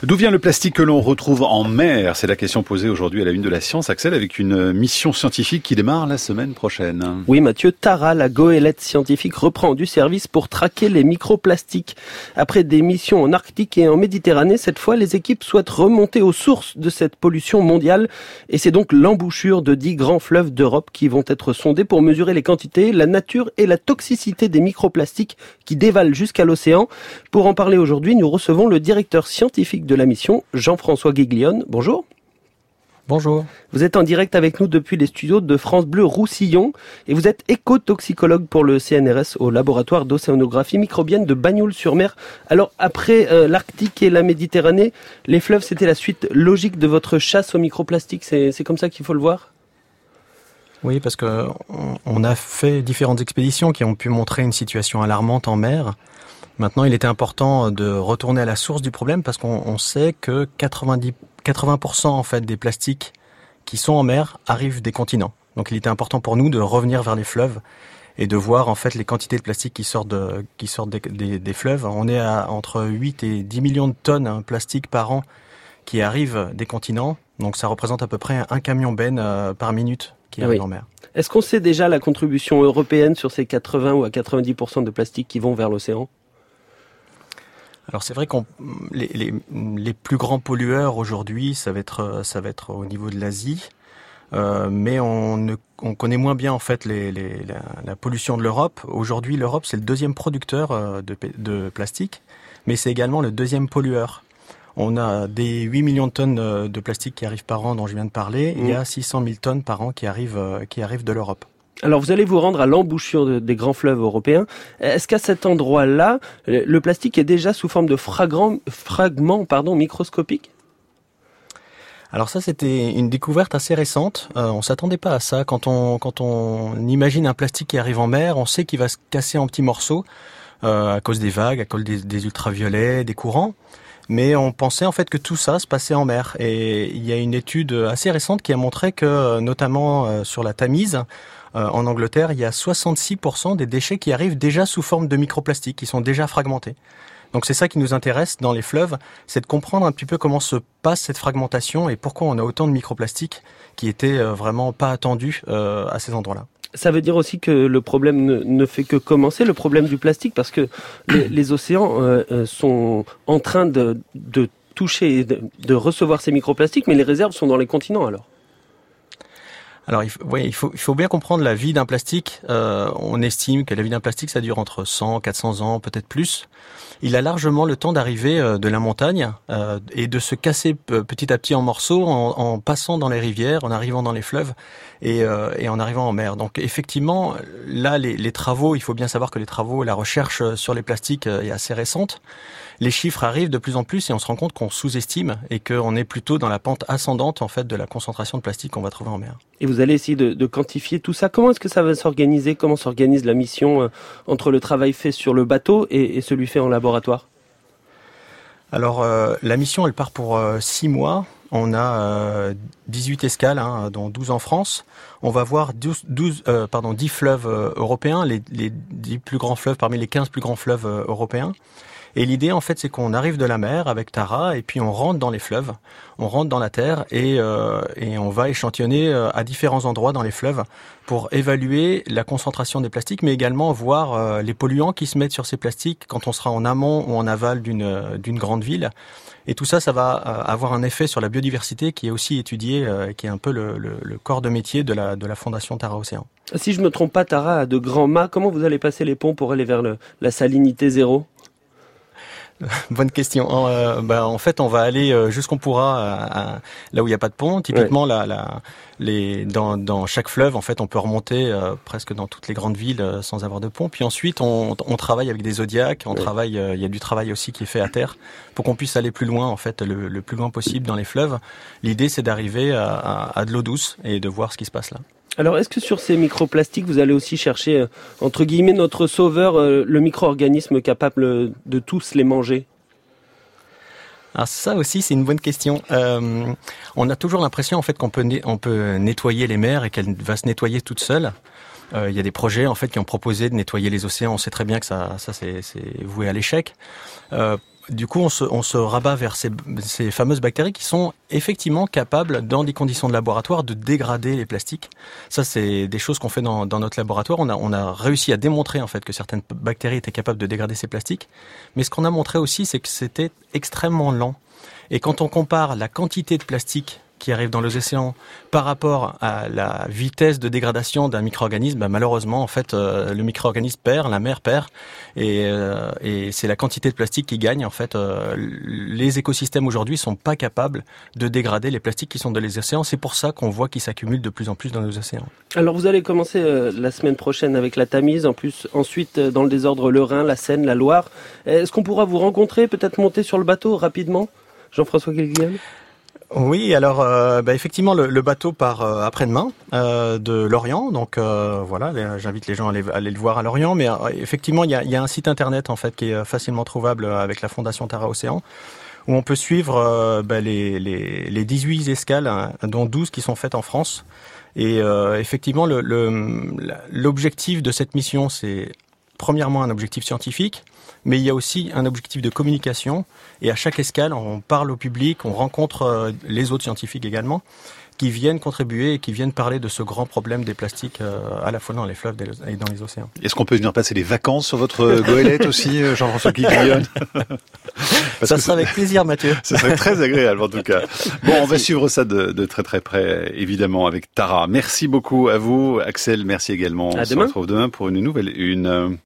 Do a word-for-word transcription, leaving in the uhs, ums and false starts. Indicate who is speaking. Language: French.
Speaker 1: D'où vient le plastique que l'on retrouve en mer? C'est la question posée aujourd'hui à la une de la science, Axel, avec une mission scientifique qui démarre la semaine prochaine.
Speaker 2: Oui, Mathieu, Tara, la goélette scientifique, reprend du service pour traquer les microplastiques. Après des missions en Arctique et en Méditerranée, cette fois, les équipes souhaitent remonter aux sources de cette pollution mondiale. Et c'est donc l'embouchure de dix grands fleuves d'Europe qui vont être sondés pour mesurer les quantités, la nature et la toxicité des microplastiques qui dévalent jusqu'à l'océan. Pour en parler aujourd'hui, nous recevons le directeur scientifique de la mission, Jean-François Guiglione. Bonjour.
Speaker 3: Bonjour.
Speaker 2: Vous êtes en direct avec nous depuis les studios de France Bleu Roussillon et vous êtes écotoxicologue pour le C N R S au laboratoire d'océanographie microbienne de Bagnoul-sur-Mer. Alors après euh, l'Arctique et la Méditerranée, les fleuves c'était la suite logique de votre chasse aux microplastiques, c'est, c'est comme ça qu'il faut le voir ?
Speaker 3: Oui, parce que on a fait différentes expéditions qui ont pu montrer une situation alarmante en mer. Maintenant, il était important de retourner à la source du problème parce qu'on on sait que quatre-vingt-dix, quatre-vingts pour cent en fait des plastiques qui sont en mer arrivent des continents. Donc, il était important pour nous de revenir vers les fleuves et de voir en fait les quantités de plastique qui sortent de, qui sortent des, des, des fleuves. On est à entre huit et dix millions de tonnes hein, plastique par an qui arrivent des continents. Donc, ça représente à peu près un camion benne euh, par minute qui arrive
Speaker 2: oui.
Speaker 3: en mer.
Speaker 2: Est-ce qu'on sait déjà la contribution européenne sur ces quatre-vingts ou à quatre-vingt-dix pour cent de plastique qui vont vers l'océan ?
Speaker 3: Alors c'est vrai qu'on les, les, les plus grands pollueurs aujourd'hui, ça va être ça va être au niveau de l'Asie, euh, mais on, ne, on connaît moins bien en fait les, les, la, la pollution de l'Europe. Aujourd'hui, l'Europe c'est le deuxième producteur de, de plastique, mais c'est également le deuxième pollueur. On a des huit millions de tonnes de plastique qui arrivent par an, dont je viens de parler. Mmh. Il y a six cent mille tonnes par an qui arrivent qui arrivent de l'Europe.
Speaker 2: Alors vous allez vous rendre à l'embouchure de, des grands fleuves européens. Est-ce qu'à cet endroit-là, le plastique est déjà sous forme de fragments, fragments pardon, microscopiques ?
Speaker 3: Alors ça, c'était une découverte assez récente. Euh, on s'attendait pas à ça. Quand on quand on imagine un plastique qui arrive en mer, on sait qu'il va se casser en petits morceaux euh, à cause des vagues, à cause des, des ultraviolets, des courants. Mais on pensait en fait que tout ça se passait en mer. Et il y a une étude assez récente qui a montré que, notamment euh, sur la Tamise, euh, en Angleterre, il y a soixante-six pour cent des déchets qui arrivent déjà sous forme de microplastiques, qui sont déjà fragmentés. Donc c'est ça qui nous intéresse dans les fleuves, c'est de comprendre un petit peu comment se passe cette fragmentation et pourquoi on a autant de microplastiques qui étaient euh, vraiment pas attendus euh, à ces endroits-là.
Speaker 2: Ça veut dire aussi que le problème ne, ne fait que commencer, le problème du plastique, parce que les, les océans euh, sont en train de, de toucher, de, de recevoir ces microplastiques, mais les réserves sont dans les continents alors.
Speaker 3: Alors, il faut, oui, il faut, il faut bien comprendre la vie d'un plastique. Euh, on estime que la vie d'un plastique, ça dure entre cent, quatre cents ans, peut-être plus. Il a largement le temps d'arriver euh, de la montagne euh, et de se casser p- petit à petit en morceaux en, en passant dans les rivières, en arrivant dans les fleuves et, euh, et en arrivant en mer. Donc, effectivement, là, les, les travaux, il faut bien savoir que les travaux, la recherche sur les plastiques est assez récente. Les chiffres arrivent de plus en plus et on se rend compte qu'on sous-estime et qu'on est plutôt dans la pente ascendante en fait de la concentration de plastique qu'on va trouver en mer.
Speaker 2: Et vous allez essayer de, de quantifier tout ça. Comment est-ce que ça va s'organiser ? Comment s'organise la mission euh, entre le travail fait sur le bateau et, et celui fait en laboratoire ?
Speaker 3: Alors euh, la mission elle part pour euh, six mois. On a euh, dix-huit escales, hein, dont douze en France. On va voir douze, douze, euh, pardon, dix fleuves euh, européens, les, les dix plus grands fleuves parmi les quinze plus grands fleuves euh, européens. Et l'idée, en fait, c'est qu'on arrive de la mer avec Tara et puis on rentre dans les fleuves, on rentre dans la terre et, euh, et on va échantillonner euh, à différents endroits dans les fleuves pour évaluer la concentration des plastiques, mais également voir euh, les polluants qui se mettent sur ces plastiques quand on sera en amont ou en aval d'une, d'une grande ville. Et tout ça, ça va euh, avoir un effet sur la biodiversité qui est aussi étudié, euh, qui est un peu le, le, le corps de métier de la, de la Fondation Tara Océan.
Speaker 2: Si je me trompe pas, Tara a de grands mâts. Comment vous allez passer les ponts pour aller vers le, la salinité zéro ?
Speaker 3: Bonne question. Euh, bah, en fait, on va aller euh, jusqu'on pourra à, à, là où il n'y a pas de pont. Typiquement, ouais. la, la, les, dans, dans chaque fleuve, en fait, on peut remonter euh, presque dans toutes les grandes villes euh, sans avoir de pont. Puis ensuite, on, on travaille avec des zodiacs. On ouais. travaille. Euh, il y a du travail aussi qui est fait à terre pour qu'on puisse aller plus loin, en fait, le, le plus loin possible dans les fleuves. L'idée, c'est d'arriver à, à, à de l'eau douce et de voir ce qui se passe là.
Speaker 2: Alors, est-ce que sur ces microplastiques, vous allez aussi chercher, euh, entre guillemets, notre sauveur, euh, le micro-organisme capable de tous les manger ?
Speaker 3: Alors ça aussi, c'est une bonne question. Euh, on a toujours l'impression en fait qu'on peut, né- on peut nettoyer les mers et qu'elle va se nettoyer toute seule. Euh, il y a des projets en fait qui ont proposé de nettoyer les océans. On sait très bien que ça, ça c'est, c'est voué à l'échec. Euh, du coup, on se, on se rabat vers ces, ces fameuses bactéries qui sont effectivement capables, dans des conditions de laboratoire, de dégrader les plastiques. Ça, c'est des choses qu'on fait dans, dans notre laboratoire. On a, on a réussi à démontrer en fait que certaines bactéries étaient capables de dégrader ces plastiques. Mais ce qu'on a montré aussi, c'est que c'était extrêmement lent. Et quand on compare la quantité de plastique qui arrive dans les océans par rapport à la vitesse de dégradation d'un micro-organisme, bah malheureusement, en fait, euh, le micro-organisme perd, la mer perd, et, euh, et c'est la quantité de plastique qui gagne. En fait, euh, les écosystèmes aujourd'hui sont pas capables de dégrader les plastiques qui sont dans les océans. C'est pour ça qu'on voit qu'ils s'accumulent de plus en plus dans nos océans.
Speaker 2: Alors, vous allez commencer euh, la semaine prochaine avec la Tamise, en plus, ensuite euh, dans le désordre le Rhin, la Seine, la Loire. Est-ce qu'on pourra vous rencontrer, peut-être monter sur le bateau rapidement, Jean-François Guilguilhem ?
Speaker 3: Oui, alors euh, bah, effectivement le, le bateau part euh, après-demain euh, de Lorient, donc euh, voilà, les, j'invite les gens à aller, à aller le voir à Lorient. Mais euh, effectivement, il y a, y a un site internet en fait qui est facilement trouvable avec la Fondation Tara Océan, où on peut suivre euh, bah, les, les, les dix-huit escales, hein, dont douze qui sont faites en France. Et euh, effectivement, le, le, l'objectif de cette mission, c'est premièrement un objectif scientifique, mais il y a aussi un objectif de communication. Et à chaque escale, on parle au public, on rencontre les autres scientifiques également, qui viennent contribuer et qui viennent parler de ce grand problème des plastiques à la fois dans les fleuves et dans les océans.
Speaker 1: Est-ce qu'on peut venir passer des vacances sur votre goélette aussi, Jean-François Guilguilhem ?
Speaker 3: Ça sera avec plaisir, Mathieu.
Speaker 1: Ça serait très agréable en tout cas. Bon, on va suivre ça de, de très très près, évidemment, avec Tara. Merci beaucoup à vous, Axel. Merci également.
Speaker 2: À
Speaker 1: on
Speaker 2: demain.
Speaker 1: se retrouve demain pour une nouvelle une.